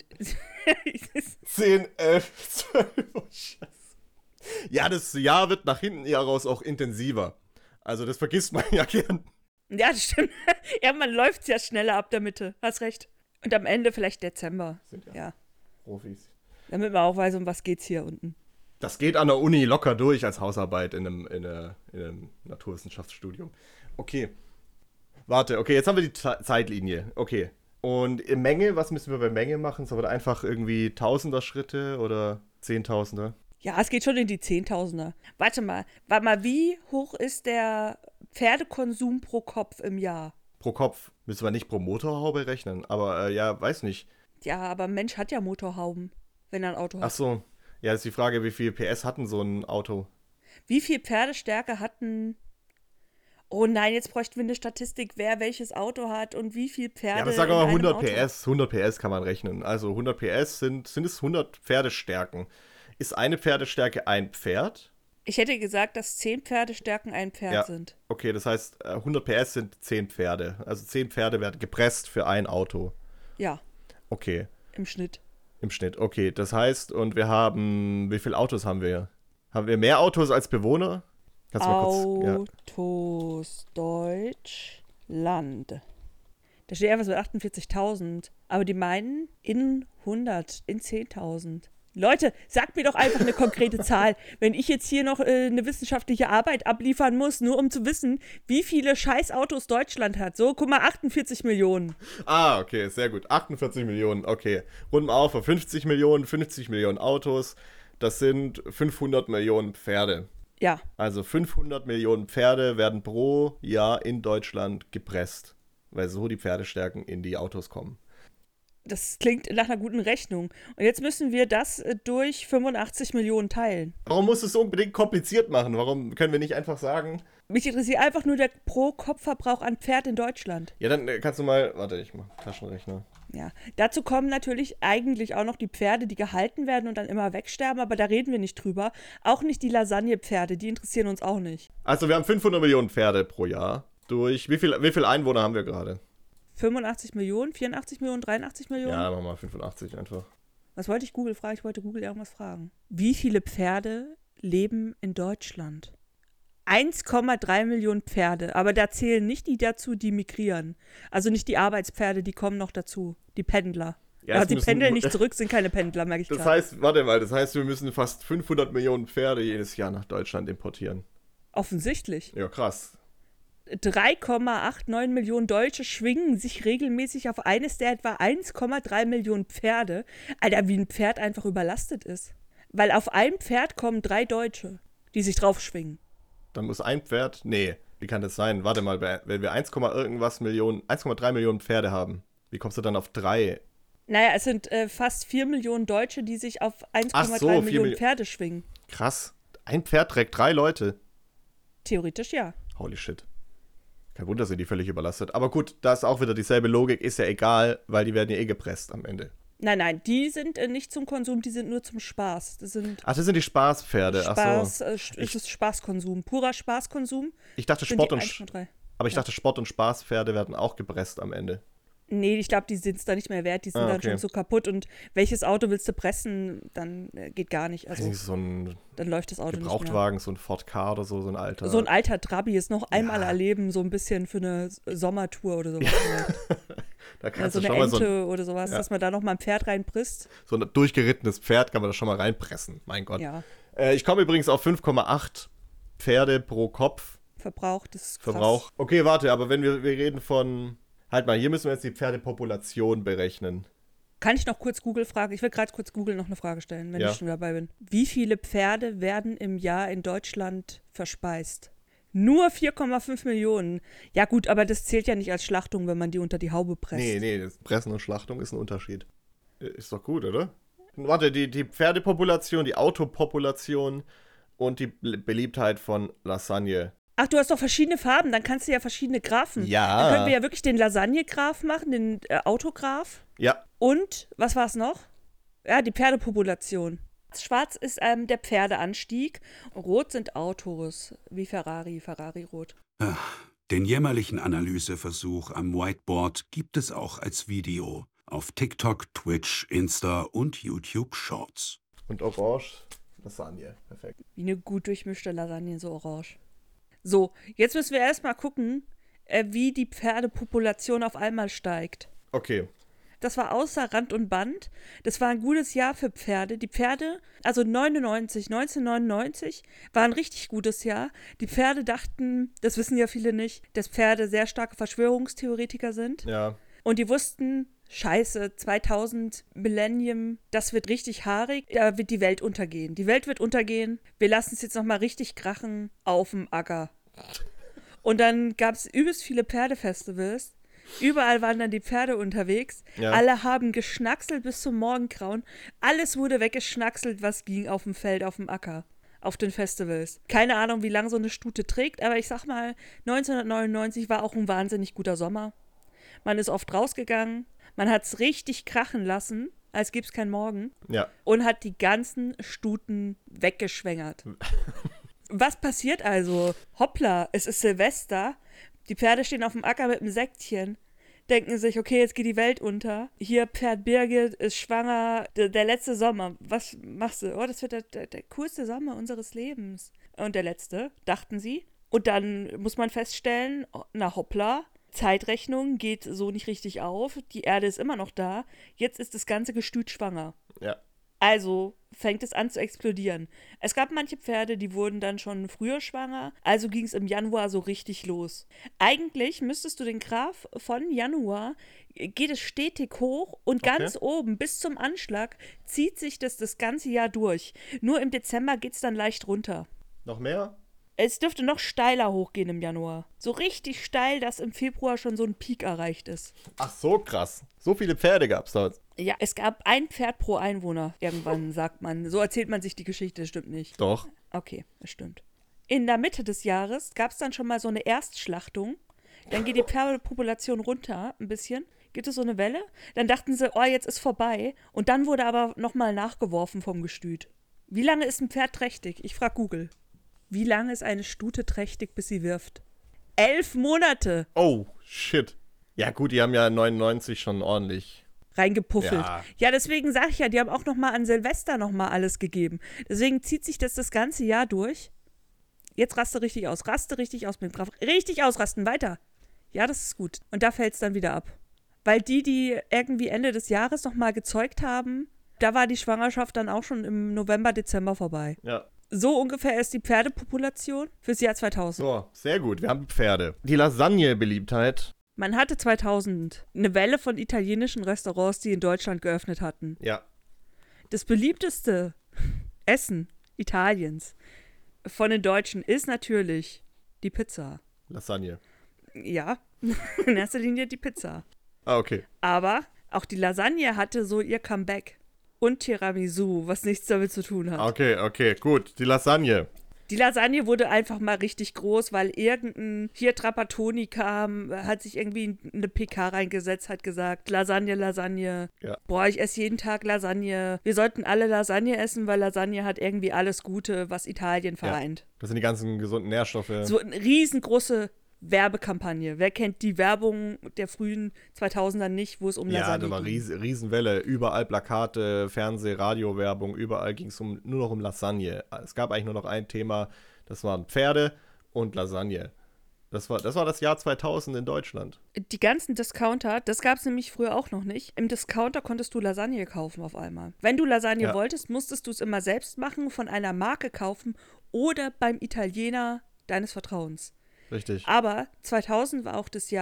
zehn, elf, zwölf. Oh, scheiße. Ja, das Jahr wird nach hinten ja raus auch intensiver. Also das vergisst man ja gern. Ja, das stimmt. Ja, man läuft ja schneller ab der Mitte. Hast recht. Und am Ende vielleicht Dezember. Sind ja, Ja. Profis. Damit man auch weiß, um was geht's hier unten. Das geht an der Uni locker durch als Hausarbeit in einem, in einer, in einem Naturwissenschaftsstudium. Okay. Warte, okay, jetzt haben wir die Ta- Zeitlinie. Okay. Und in Menge, was müssen wir bei Menge machen? Sollen wir da einfach irgendwie Tausender Schritte oder Zehntausender? Ja, es geht schon in die Zehntausender. Warte mal, warte mal, wie hoch ist der Pferdekonsum pro Kopf im Jahr? Pro Kopf müssen wir nicht pro Motorhaube rechnen, aber äh, ja, weiß nicht. Ja, aber ein Mensch hat ja Motorhauben, wenn er ein Auto hat. Ach so, ja, ist die Frage, wie viel P S hat denn so ein Auto? Wie viel Pferdestärke hatten... Oh nein, jetzt bräuchten wir eine Statistik, wer welches Auto hat und wie viel Pferde. Ja, aber sagen wir in mal einem hundert Auto. P S. hundert P S kann man rechnen. Also hundert P S sind, sind es hundert Pferdestärken. Ist eine Pferdestärke ein Pferd? Ich hätte gesagt, dass zehn Pferdestärken ein Pferd Ja. sind. Okay, das heißt, äh, hundert P S sind zehn Pferde. Also zehn Pferde werden gepresst für ein Auto. Ja, Okay, im Schnitt. im Schnitt. Okay, das heißt, und wir haben, wie viele Autos haben wir? Haben wir mehr Autos als Bewohner? Kannst du mal kurz, ja. Autos Deutschland. Da steht einfach so achtundvierzigtausend. Aber die meinen in hundert, in zehntausend. Leute, sagt mir doch einfach eine konkrete Zahl. Wenn ich jetzt hier noch äh, eine wissenschaftliche Arbeit abliefern muss, nur um zu wissen, wie viele Scheißautos Deutschland hat. So, guck mal, achtundvierzig Millionen. Ah, okay, sehr gut. achtundvierzig Millionen, okay. Runden wir auf auf fünfzig Millionen, fünfzig Millionen Autos. Das sind fünfhundert Millionen Pferde. Ja, Also fünfhundert Millionen Pferde werden pro Jahr in Deutschland gepresst, weil so die Pferdestärken in die Autos kommen. das klingt nach einer guten Rechnung. Und jetzt müssen wir das äh, durch fünfundachtzig Millionen teilen. Warum muss es so unbedingt kompliziert machen? Warum können wir nicht einfach sagen, Mich interessiert einfach nur der Pro-Kopf-Verbrauch an Pferd in Deutschland. ja, dann äh, kannst du mal, warte, ich mach Taschenrechner. Ja, dazu kommen natürlich eigentlich auch noch die Pferde, die gehalten werden und dann immer wegsterben, aber da reden wir nicht drüber. Auch nicht die Lasagne-Pferde, die interessieren uns auch nicht. Also wir haben fünfhundert Millionen Pferde pro Jahr. Durch, wie viel, wie viel Einwohner haben wir gerade? fünfundachtzig Millionen, vierundachtzig Millionen, dreiundachtzig Millionen? Ja, machen wir mal fünfundachtzig einfach. Was wollte ich Google fragen? Ich wollte Google irgendwas fragen. Wie viele Pferde leben in Deutschland? eins Komma drei Millionen Pferde, aber da zählen nicht die dazu, die migrieren. Also nicht die Arbeitspferde, die kommen noch dazu. Die Pendler. Ja, Ja, es die müssen- pendeln nicht zurück, sind keine Pendler, merke ich Das gerade. heißt, warte mal, das heißt, wir müssen fast fünfhundert Millionen Pferde jedes Jahr nach Deutschland importieren. Offensichtlich. Ja, krass. drei Komma neunundachtzig Millionen Deutsche schwingen sich regelmäßig auf eines der etwa eins Komma drei Millionen Pferde. Alter, wie ein Pferd einfach überlastet ist. Weil auf ein Pferd kommen drei Deutsche, die sich drauf schwingen. Dann muss ein Pferd, nee, wie kann das sein? Warte mal, wenn wir eins, irgendwas Millionen, eins Komma drei Millionen Pferde haben, wie kommst du dann auf drei? Naja, es sind äh, fast vier Millionen Deutsche, die sich auf eins Komma drei Ach so, vier Millionen Milli- Pferde schwingen. Krass. Ein Pferd trägt drei Leute. Theoretisch ja. Holy shit. Kein Wunder, sind die völlig überlastet. Aber gut, da ist auch wieder dieselbe Logik, ist ja egal, weil die werden ja eh gepresst am Ende. Nein, nein, die sind äh, nicht zum Konsum, die sind nur zum Spaß. Das sind Ach, das sind die Spaßpferde. Ach Spaß, so. äh, sch- es ist Spaßkonsum. Purer Spaßkonsum Ich dachte sind Sport die und eins Komma drei. aber ich ja. dachte Sport und Spaßpferde werden auch gepresst am Ende. Nee, ich glaube, die sind es da nicht mehr wert. Die sind Ah, dann okay. schon so kaputt. Und welches Auto willst du pressen? Dann äh, geht gar nicht. Weiß Also nicht, so ein dann läuft das Auto nicht mehr. Gebrauchtwagen, so ein Ford Ka oder so, so ein alter. So ein alter Trabi ist noch einmal Ja. erleben, so ein bisschen für eine S- Sommertour oder sowas. Da Ja, kannst so du eine schon mal Ente so ein, oder sowas, ja. dass man da noch mal ein Pferd reinpresst. so ein durchgerittenes Pferd kann man da schon mal reinpressen. Mein Gott. Ja, Äh, ich komme übrigens auf fünf Komma acht Pferde pro Kopf Verbrauch, das ist krass. Verbrauch. Okay, warte, aber wenn wir, wir reden von, halt mal, hier müssen wir jetzt die Pferdepopulation berechnen. Kann ich noch kurz Google fragen? Ich will gerade kurz Google noch eine Frage stellen, wenn Ja. ich schon dabei bin. Wie viele Pferde werden im Jahr in Deutschland verspeist? Nur vier Komma fünf Millionen. Ja gut, aber das zählt ja nicht als Schlachtung, wenn man die unter die Haube presst. Nee, nee, das Pressen und Schlachtung ist ein Unterschied. Ist doch gut, oder? Warte, die, die Pferdepopulation, die Autopopulation und die Be- Beliebtheit von Lasagne. Ach, du hast doch verschiedene Farben, dann kannst du ja verschiedene Graphen. Ja. Dann können wir ja wirklich den Lasagne-Graph machen, den äh, Autograph. Ja, Und, was war es noch? Ja, die Pferdepopulation. Schwarz ist ähm, der Pferdeanstieg. Rot sind Autos, wie Ferrari, Ferrari-Rot. Den jämmerlichen Analyseversuch am Whiteboard gibt es auch als Video auf TikTok, Twitch, Insta und YouTube Shorts. und Orange, Lasagne. Perfekt. Wie eine gut durchmischte Lasagne, so orange. So, jetzt müssen wir erstmal gucken, äh, wie die Pferdepopulation auf einmal steigt. Okay, Das war außer Rand und Band. Das war ein gutes Jahr für Pferde. Die Pferde, also neunundneunzig, neunzehnhundertneunundneunzig, war ein richtig gutes Jahr. Die Pferde dachten, das wissen ja viele nicht, dass Pferde sehr starke Verschwörungstheoretiker sind. ja. Und die wussten, scheiße, zweitausend Millennium, das wird richtig haarig, da wird die Welt untergehen. Die Welt wird untergehen, wir lassen es jetzt nochmal richtig krachen auf dem Acker. Und dann gab es übelst viele Pferdefestivals. Überall waren dann die Pferde unterwegs. Ja. Alle haben geschnackselt bis zum Morgengrauen. Alles wurde weggeschnackselt, was ging auf dem Feld, auf dem Acker, auf den Festivals. Keine Ahnung, wie lange so eine Stute trägt, aber ich sag mal, neunzehnhundertneunundneunzig war auch ein wahnsinnig guter Sommer. Man ist oft rausgegangen, man hat es richtig krachen lassen, als gäbe es keinen Morgen, Ja. und hat die ganzen Stuten weggeschwängert. Was passiert also? Hoppla, es ist Silvester, die Pferde stehen auf dem Acker mit einem Säckchen, denken sich, okay, jetzt geht die Welt unter. Hier, Pferd Birgit ist schwanger, der, der letzte Sommer, was machst du? Oh, das wird der, der, der coolste Sommer unseres Lebens. Und der letzte, dachten sie. Und dann muss man feststellen, na hoppla, Zeitrechnung geht so nicht richtig auf, die Erde ist immer noch da, jetzt ist das ganze Gestüt schwanger. Ja. Also fängt es an zu explodieren. Es gab manche Pferde, die wurden dann schon früher schwanger, also ging es im Januar so richtig los. Eigentlich müsstest du den Graph von Januar, geht es stetig hoch und Okay. ganz oben bis zum Anschlag zieht sich das das ganze Jahr durch. Nur im Dezember geht es dann leicht runter. Noch mehr? Es dürfte noch steiler hochgehen im Januar. So richtig steil, dass im Februar schon so ein Peak erreicht ist. Ach so, krass. So viele Pferde gab's da. Ja, es gab ein Pferd pro Einwohner. Irgendwann sagt man. So erzählt man sich die Geschichte, das stimmt nicht. Doch. Okay, das stimmt. In der Mitte des Jahres gab es dann schon mal so eine Erstschlachtung. Dann geht die Pferdepopulation runter ein bisschen. Gibt es so eine Welle? Dann dachten sie, oh, jetzt ist vorbei. Und dann wurde aber nochmal nachgeworfen vom Gestüt. Wie lange ist ein Pferd trächtig? Ich frage Google. Wie lange ist eine Stute trächtig, bis sie wirft? Elf Monate Oh, shit. Ja gut, die haben ja neunundneunzig schon ordentlich. reingepuffelt. Ja. Ja, deswegen sage ich ja, die haben auch noch mal an Silvester noch mal alles gegeben. Deswegen zieht sich das das ganze Jahr durch. Jetzt raste richtig aus. Raste richtig aus mit dem Graf. Richtig ausrasten, weiter. Ja, das ist gut. Und da fällt es dann wieder ab. Weil die, die irgendwie Ende des Jahres noch mal gezeugt haben, da war die Schwangerschaft dann auch schon im November, Dezember vorbei. Ja. So ungefähr ist die Pferdepopulation fürs Jahr zweitausend. So, sehr gut. Wir haben Pferde. Die Lasagne-Beliebtheit. Man hatte zweitausend eine Welle von italienischen Restaurants, die in Deutschland geöffnet hatten. Ja. Das beliebteste Essen Italiens von den Deutschen ist natürlich die Pizza. Lasagne. Ja, in erster Linie die Pizza. Ah, okay. Aber auch die Lasagne hatte so ihr Comeback. Und Tiramisu, was nichts damit zu tun hat. Okay, okay, gut. Die Lasagne. Die Lasagne wurde einfach mal richtig groß, weil irgendein hier Trapattoni kam, hat sich irgendwie in eine P K reingesetzt, hat gesagt, Lasagne, Lasagne. Ja. Boah, ich esse jeden Tag Lasagne. Wir sollten alle Lasagne essen, weil Lasagne hat irgendwie alles Gute, was Italien vereint. Das sind die ganzen gesunden Nährstoffe. So eine riesengroße Werbekampagne. Wer kennt die Werbung der frühen zweitausender nicht, wo es um ja, Lasagne da war ging? ries Riesenwelle. Überall Plakate, Fernseh-, Radio-Werbung. Überall ging es um, nur noch um Lasagne. Es gab eigentlich nur noch ein Thema. Das waren Pferde und Lasagne. Das war, das war das Jahr zweitausend in Deutschland. Die ganzen Discounter, das gab es nämlich früher auch noch nicht. Im Discounter konntest du Lasagne kaufen auf einmal. Wenn du Lasagne Ja. wolltest, musstest du es immer selbst machen, von einer Marke kaufen oder beim Italiener deines Vertrauens. Richtig. Aber zweitausend war auch das Jahr,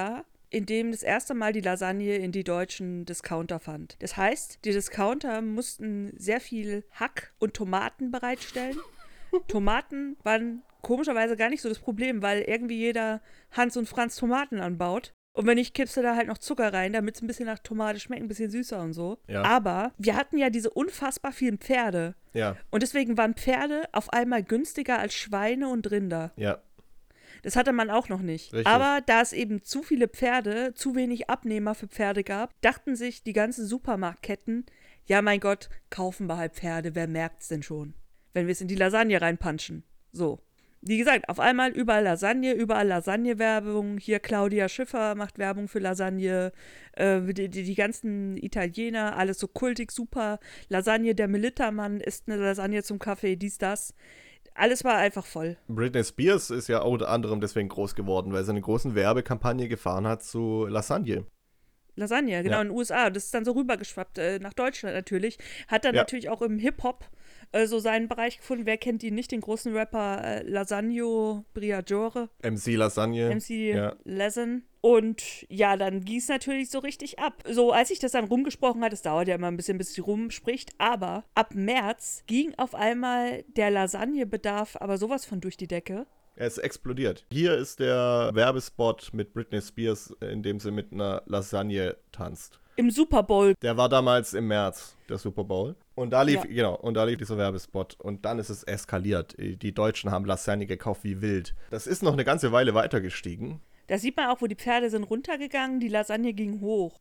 in dem das erste Mal die Lasagne in die deutschen Discounter fand. Das heißt, die Discounter mussten sehr viel Hack und Tomaten bereitstellen. Tomaten waren komischerweise gar nicht so das Problem, weil irgendwie jeder Hans und Franz Tomaten anbaut. Und wenn nicht, kippst du da halt noch Zucker rein, damit es ein bisschen nach Tomate schmeckt, ein bisschen süßer und so. Ja. Aber wir hatten ja diese unfassbar vielen Pferde. Ja. Und deswegen waren Pferde auf einmal günstiger als Schweine und Rinder. Ja. Das hatte man auch noch nicht. Richtig. Aber da es eben zu viele Pferde, zu wenig Abnehmer für Pferde gab, dachten sich die ganzen Supermarktketten, ja mein Gott, kaufen wir halt Pferde, wer merkt's denn schon? Wenn wir es in die Lasagne reinpanschen. So. Wie gesagt, auf einmal überall Lasagne, überall Lasagne-Werbung. Hier Claudia Schiffer macht Werbung für Lasagne. Äh, die, die, die ganzen Italiener, alles so kultig, super. Lasagne, der Militermann isst eine Lasagne zum Kaffee, dies, das. Alles war einfach voll. Britney Spears ist ja unter anderem deswegen groß geworden, weil sie eine große Werbekampagne gefahren hat zu Lasagne. Lasagne, genau, Ja. in den U S A. Das ist dann so rübergeschwappt, äh, nach Deutschland natürlich. Hat dann Ja. natürlich auch im Hip-Hop äh, so seinen Bereich gefunden. Wer kennt ihn nicht? Den großen Rapper äh, Lasagno Briatore, M C Lasagne. M C Ja. Lazen. Und ja, dann ging es natürlich so richtig ab. So, als ich das dann rumgesprochen hat, es dauert ja immer ein bisschen, bis sie rumspricht, aber ab März ging auf einmal der Lasagnebedarf aber sowas von durch die Decke. Er ist explodiert. Hier ist der Werbespot mit Britney Spears, in dem sie mit einer Lasagne tanzt. Im Super Bowl. Der war damals im März, der Super Bowl. Und da lief, Ja. genau, und da lief dieser Werbespot. Und dann ist es eskaliert. Die Deutschen haben Lasagne gekauft wie wild. Das ist noch eine ganze Weile weiter gestiegen. Da sieht man auch, wo die Pferde sind runtergegangen, die Lasagne ging hoch.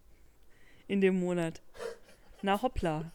In dem Monat. Na hoppla.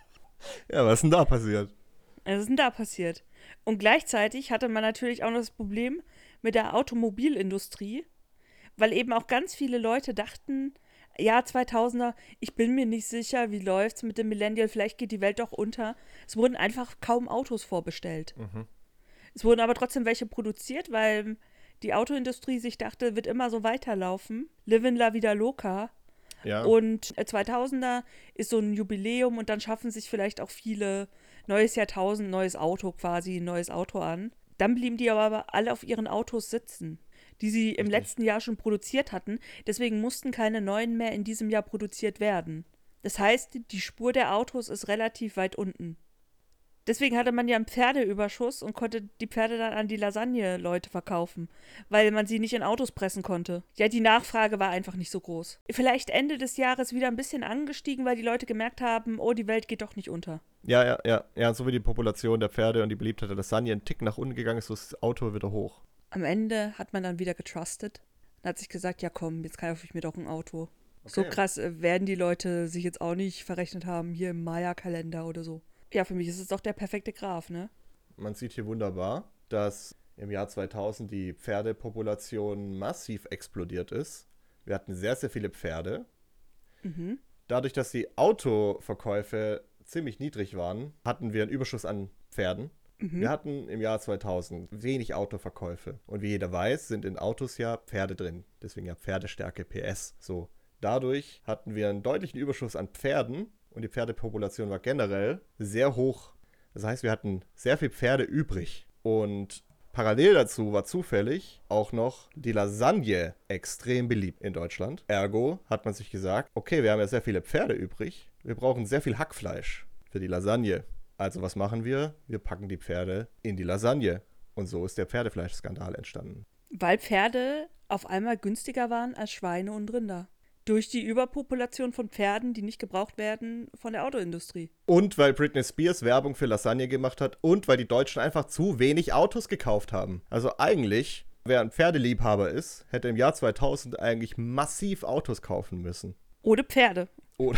Ja, was ist denn da passiert? Was ist denn da passiert? Und gleichzeitig hatte man natürlich auch noch das Problem mit der Automobilindustrie, weil eben auch ganz viele Leute dachten, ja, zweitausender, ich bin mir nicht sicher, wie läuft's mit dem Millennial, vielleicht geht die Welt doch unter. Es wurden einfach kaum Autos vorbestellt. Mhm. Es wurden aber trotzdem welche produziert, weil die Autoindustrie sich dachte, wird immer so weiterlaufen. Livin la vida loca. Ja. Und äh, zweitausender ist so ein Jubiläum und dann schaffen sich vielleicht auch viele neues Jahrtausend, neues Auto quasi, ein neues Auto an. Dann blieben die aber alle auf ihren Autos sitzen, die sie im Richtig. letzten Jahr schon produziert hatten. Deswegen mussten keine neuen mehr in diesem Jahr produziert werden. Das heißt, die Spur der Autos ist relativ weit unten. Deswegen hatte man ja einen Pferdeüberschuss und konnte die Pferde dann an die Lasagne-Leute verkaufen, weil man sie nicht in Autos pressen konnte. Ja, die Nachfrage war einfach nicht so groß. Vielleicht Ende des Jahres wieder ein bisschen angestiegen, weil die Leute gemerkt haben, oh, die Welt geht doch nicht unter. Ja, ja, ja. Ja, so wie die Population der Pferde und die Beliebtheit der Lasagne einen Tick nach unten gegangen ist, so ist das Auto wieder hoch. Am Ende hat man dann wieder getrustet und hat sich gesagt, ja komm, jetzt kaufe ich mir doch ein Auto. So Okay. krass äh, werden die Leute sich jetzt auch nicht verrechnet haben, hier im Maya-Kalender oder so. Ja, für mich ist es doch der perfekte Graph, ne? Man sieht hier wunderbar, dass im Jahr zweitausend die Pferdepopulation massiv explodiert ist. Wir hatten sehr, sehr viele Pferde. Mhm. Dadurch, dass die Autoverkäufe ziemlich niedrig waren, hatten wir einen Überschuss an Pferden. Mhm. Wir hatten im Jahr zweitausend wenig Autoverkäufe. Und wie jeder weiß, sind in Autos ja Pferde drin. Deswegen ja Pferdestärke, P S. So. Dadurch hatten wir einen deutlichen Überschuss an Pferden und die Pferdepopulation war generell sehr hoch. Das heißt, wir hatten sehr viel Pferde übrig. Und parallel dazu war zufällig auch noch die Lasagne extrem beliebt in Deutschland. Ergo hat man sich gesagt, okay, wir haben ja sehr viele Pferde übrig. Wir brauchen sehr viel Hackfleisch für die Lasagne. Also was machen wir? Wir packen die Pferde in die Lasagne. Und so ist der Pferdefleischskandal entstanden. Weil Pferde auf einmal günstiger waren als Schweine und Rinder. Durch die Überpopulation von Pferden, die nicht gebraucht werden von der Autoindustrie. Und weil Britney Spears Werbung für Lasagne gemacht hat und weil die Deutschen einfach zu wenig Autos gekauft haben. Also eigentlich, wer ein Pferdeliebhaber ist, hätte im Jahr zweitausend eigentlich massiv Autos kaufen müssen. Oder Pferde. Oder?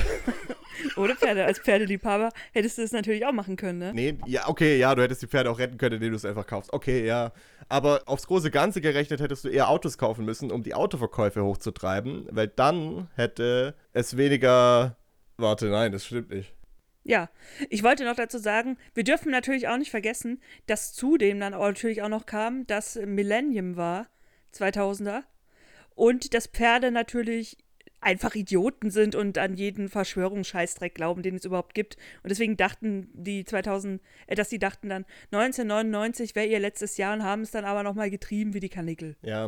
Oder Pferde. Als Pferdeliebhaber hättest du das natürlich auch machen können, ne? Nee, ja, okay, ja, du hättest die Pferde auch retten können, indem du es einfach kaufst. Okay, ja. Aber aufs große Ganze gerechnet hättest du eher Autos kaufen müssen, um die Autoverkäufe hochzutreiben, weil dann hätte es weniger... Warte, nein, das stimmt nicht. Ja, ich wollte noch dazu sagen, wir dürfen natürlich auch nicht vergessen, dass zudem dann auch natürlich auch noch kam, dass Millennium war, zweitausender, und dass Pferde natürlich einfach Idioten sind und an jeden Verschwörungsscheißdreck glauben, den es überhaupt gibt. Und deswegen dachten die zweitausend, äh, dass die dachten dann, neunzehnhundertneunundneunzig wäre ihr letztes Jahr und haben es dann aber nochmal getrieben wie die Karnickel. Ja.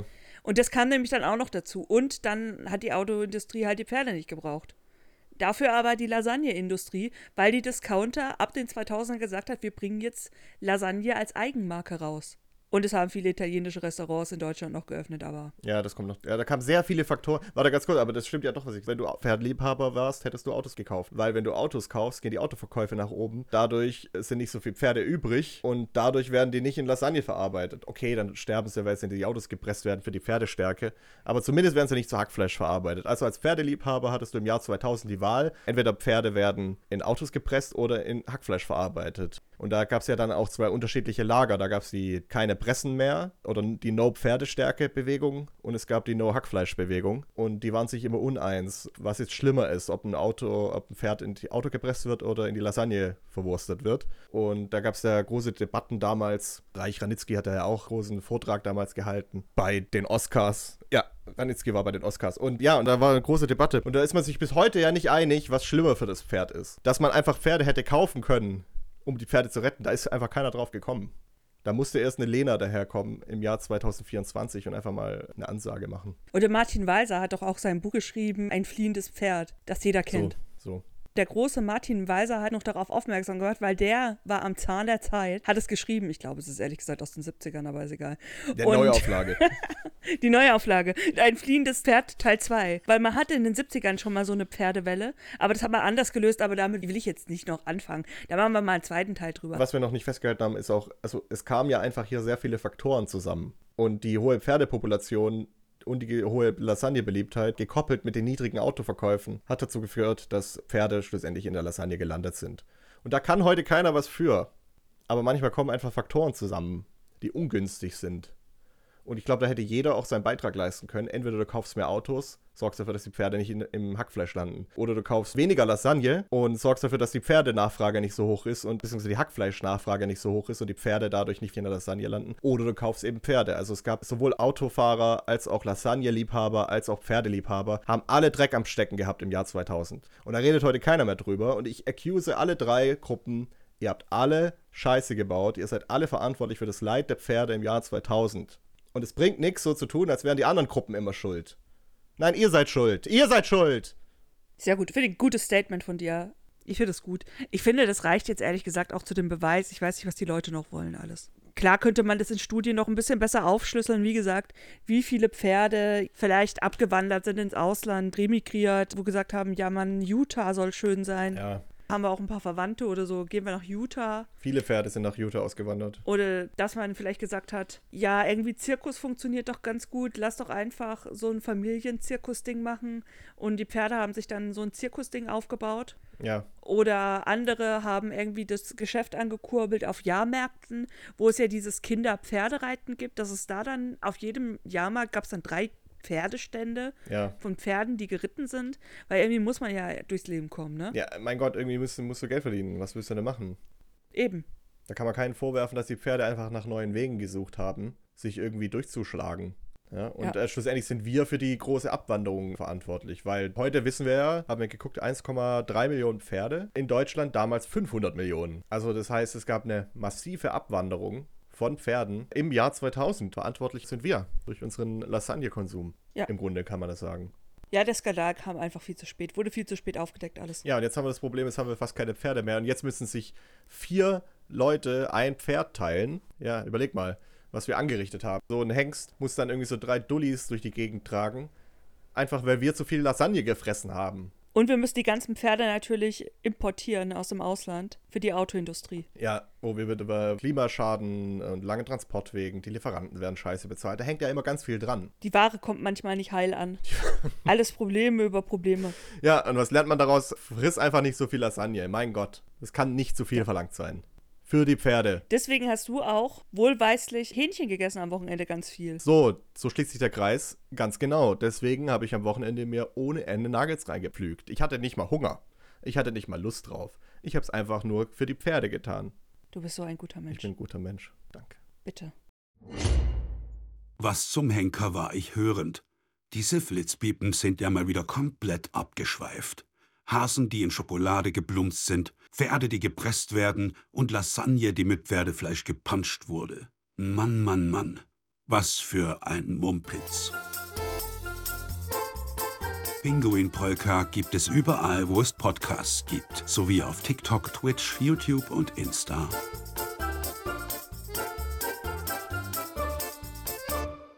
Und das kam nämlich dann auch noch dazu. Und dann hat die Autoindustrie halt die Pferde nicht gebraucht. Dafür aber die Lasagneindustrie, weil die Discounter ab den zweitausendern gesagt hat, wir bringen jetzt Lasagne als Eigenmarke raus. Und es haben viele italienische Restaurants in Deutschland noch geöffnet, aber... Ja, das kommt noch. Ja, da kamen sehr viele Faktoren. Warte ganz kurz, aber das stimmt ja doch, was ich... Wenn du Pferdeliebhaber warst, hättest du Autos gekauft. Weil wenn du Autos kaufst, gehen die Autoverkäufe nach oben. Dadurch sind nicht so viele Pferde übrig und dadurch werden die nicht in Lasagne verarbeitet. Okay, dann sterben sie, weil sie in die Autos gepresst werden für die Pferdestärke. Aber zumindest werden sie nicht zu Hackfleisch verarbeitet. Also als Pferdeliebhaber hattest du im Jahr zweitausend die Wahl. Entweder Pferde werden in Autos gepresst oder in Hackfleisch verarbeitet. Und da gab es ja dann auch zwei unterschiedliche Lager. Da gab es die keine Pressen mehr oder die No-Pferdestärke-Bewegung und es gab die No-Hackfleisch-Bewegung. Und die waren sich immer uneins, was jetzt schlimmer ist, ob ein Auto, ob ein Pferd in die Auto gepresst wird oder in die Lasagne verwurstet wird. Und da gab es ja große Debatten damals. Reich Ranitzky hat ja auch einen großen Vortrag damals gehalten bei den Oscars. Ja, Ranitzky war bei den Oscars. Und ja, und da war eine große Debatte. Und da ist man sich bis heute ja nicht einig, was schlimmer für das Pferd ist. Dass man einfach Pferde hätte kaufen können, um die Pferde zu retten, da ist einfach keiner drauf gekommen. Da musste erst eine Lena daherkommen im Jahr zweitausendvierundzwanzig und einfach mal eine Ansage machen. Und der Martin Walser hat doch auch sein Buch geschrieben, Ein fliehendes Pferd, das jeder kennt. So, so. Der große Martin Walser hat noch darauf aufmerksam gemacht, weil der war am Zahn der Zeit, hat es geschrieben. Ich glaube, es ist ehrlich gesagt aus den siebzigern, aber ist egal. Der Neuauflage. Die Neuauflage. Ein fliehendes Pferd Teil zwei. Weil man hatte in den siebzigern schon mal so eine Pferdewelle, aber das hat man anders gelöst, aber damit will ich jetzt nicht noch anfangen. Da machen wir mal einen zweiten Teil drüber. Was wir noch nicht festgehalten haben, ist auch, also es kamen ja einfach hier sehr viele Faktoren zusammen. Und die hohe Pferdepopulation und die hohe Lasagne-Beliebtheit, gekoppelt mit den niedrigen Autoverkäufen, hat dazu geführt, dass Pferde schlussendlich in der Lasagne gelandet sind. Und da kann heute keiner was für. Aber manchmal kommen einfach Faktoren zusammen, die ungünstig sind. Und ich glaube, da hätte jeder auch seinen Beitrag leisten können. Entweder du kaufst mehr Autos, sorgst dafür, dass die Pferde nicht in, im Hackfleisch landen. Oder du kaufst weniger Lasagne und sorgst dafür, dass die Pferdenachfrage nicht so hoch ist und beziehungsweise die Hackfleischnachfrage nicht so hoch ist und die Pferde dadurch nicht in der Lasagne landen. Oder du kaufst eben Pferde. Also es gab sowohl Autofahrer als auch Lasagne-Liebhaber als auch Pferdeliebhaber, haben alle Dreck am Stecken gehabt im Jahr zweitausend. Und da redet heute keiner mehr drüber. Und ich accuse alle drei Gruppen, ihr habt alle Scheiße gebaut. Ihr seid alle verantwortlich für das Leid der Pferde im Jahr zweitausend. Und es bringt nichts, so zu tun, als wären die anderen Gruppen immer schuld. Nein, ihr seid schuld. Ihr seid schuld. Sehr gut. Ich finde ein gutes Statement von dir. Ich finde es gut. Ich finde, das reicht jetzt ehrlich gesagt auch zu dem Beweis. Ich weiß nicht, was die Leute noch wollen alles. Klar könnte man das in Studien noch ein bisschen besser aufschlüsseln. Wie gesagt, wie viele Pferde vielleicht abgewandert sind ins Ausland, remigriert, wo gesagt haben, ja Mann, Utah soll schön sein. Ja. Haben wir auch ein paar Verwandte oder so, gehen wir nach Utah. Viele Pferde sind nach Utah ausgewandert. Oder dass man vielleicht gesagt hat, ja, irgendwie Zirkus funktioniert doch ganz gut, lass doch einfach so ein Familienzirkusding machen. Und die Pferde haben sich dann so ein Zirkusding aufgebaut. Ja. Oder andere haben irgendwie das Geschäft angekurbelt auf Jahrmärkten, wo es ja dieses Kinder-Pferdereiten gibt, dass es da dann auf jedem Jahrmarkt gab es dann drei Pferdestände ja. von Pferden, die geritten sind, weil irgendwie muss man ja durchs Leben kommen, ne? Ja, mein Gott, irgendwie musst, musst du Geld verdienen. Was willst du denn machen? Eben. Da kann man keinen vorwerfen, dass die Pferde einfach nach neuen Wegen gesucht haben, sich irgendwie durchzuschlagen. Ja, und ja. Äh, schlussendlich sind wir für die große Abwanderung verantwortlich, weil heute wissen wir ja, haben wir geguckt, eins Komma drei Millionen Pferde, in Deutschland damals fünfhundert Millionen. Also das heißt, es gab eine massive Abwanderung von Pferden im Jahr zweitausend. Verantwortlich sind wir durch unseren Lasagne-Konsum. Ja. Im Grunde kann man das sagen. Ja, der Skandal kam einfach viel zu spät. Wurde viel zu spät aufgedeckt alles. Ja, und jetzt haben wir das Problem, jetzt haben wir fast keine Pferde mehr. Und jetzt müssen sich vier Leute ein Pferd teilen. Ja, überleg mal, was wir angerichtet haben. So ein Hengst muss dann irgendwie so drei Dullis durch die Gegend tragen. Einfach, weil wir zu viel Lasagne gefressen haben. Und wir müssen die ganzen Pferde natürlich importieren aus dem Ausland für die Autoindustrie. Ja, wo wir über Klimaschaden und lange Transportwegen, die Lieferanten werden scheiße bezahlt. Da hängt ja immer ganz viel dran. Die Ware kommt manchmal nicht heil an. Alles Probleme über Probleme. Ja, und was lernt man daraus? Friss einfach nicht so viel Lasagne. Mein Gott, das kann nicht zu viel ja. verlangt sein. Für die Pferde. Deswegen hast du auch wohlweislich Hähnchen gegessen am Wochenende ganz viel. So, so schließt sich der Kreis. Ganz genau. Deswegen habe ich am Wochenende mir ohne Ende Nuggets reingepflügt. Ich hatte nicht mal Hunger. Ich hatte nicht mal Lust drauf. Ich habe es einfach nur für die Pferde getan. Du bist so ein guter Mensch. Ich bin ein guter Mensch. Danke. Bitte. Was zum Henker war ich hörend. Diese Flitzpiepen sind ja mal wieder komplett abgeschweift. Hasen, die in Schokolade geblumst sind, Pferde, die gepresst werden und Lasagne, die mit Pferdefleisch gepanscht wurde. Mann, Mann, Mann. Was für ein Mumpitz. Pinguin Polka gibt es überall, wo es Podcasts gibt, sowie auf TikTok, Twitch, YouTube und Insta.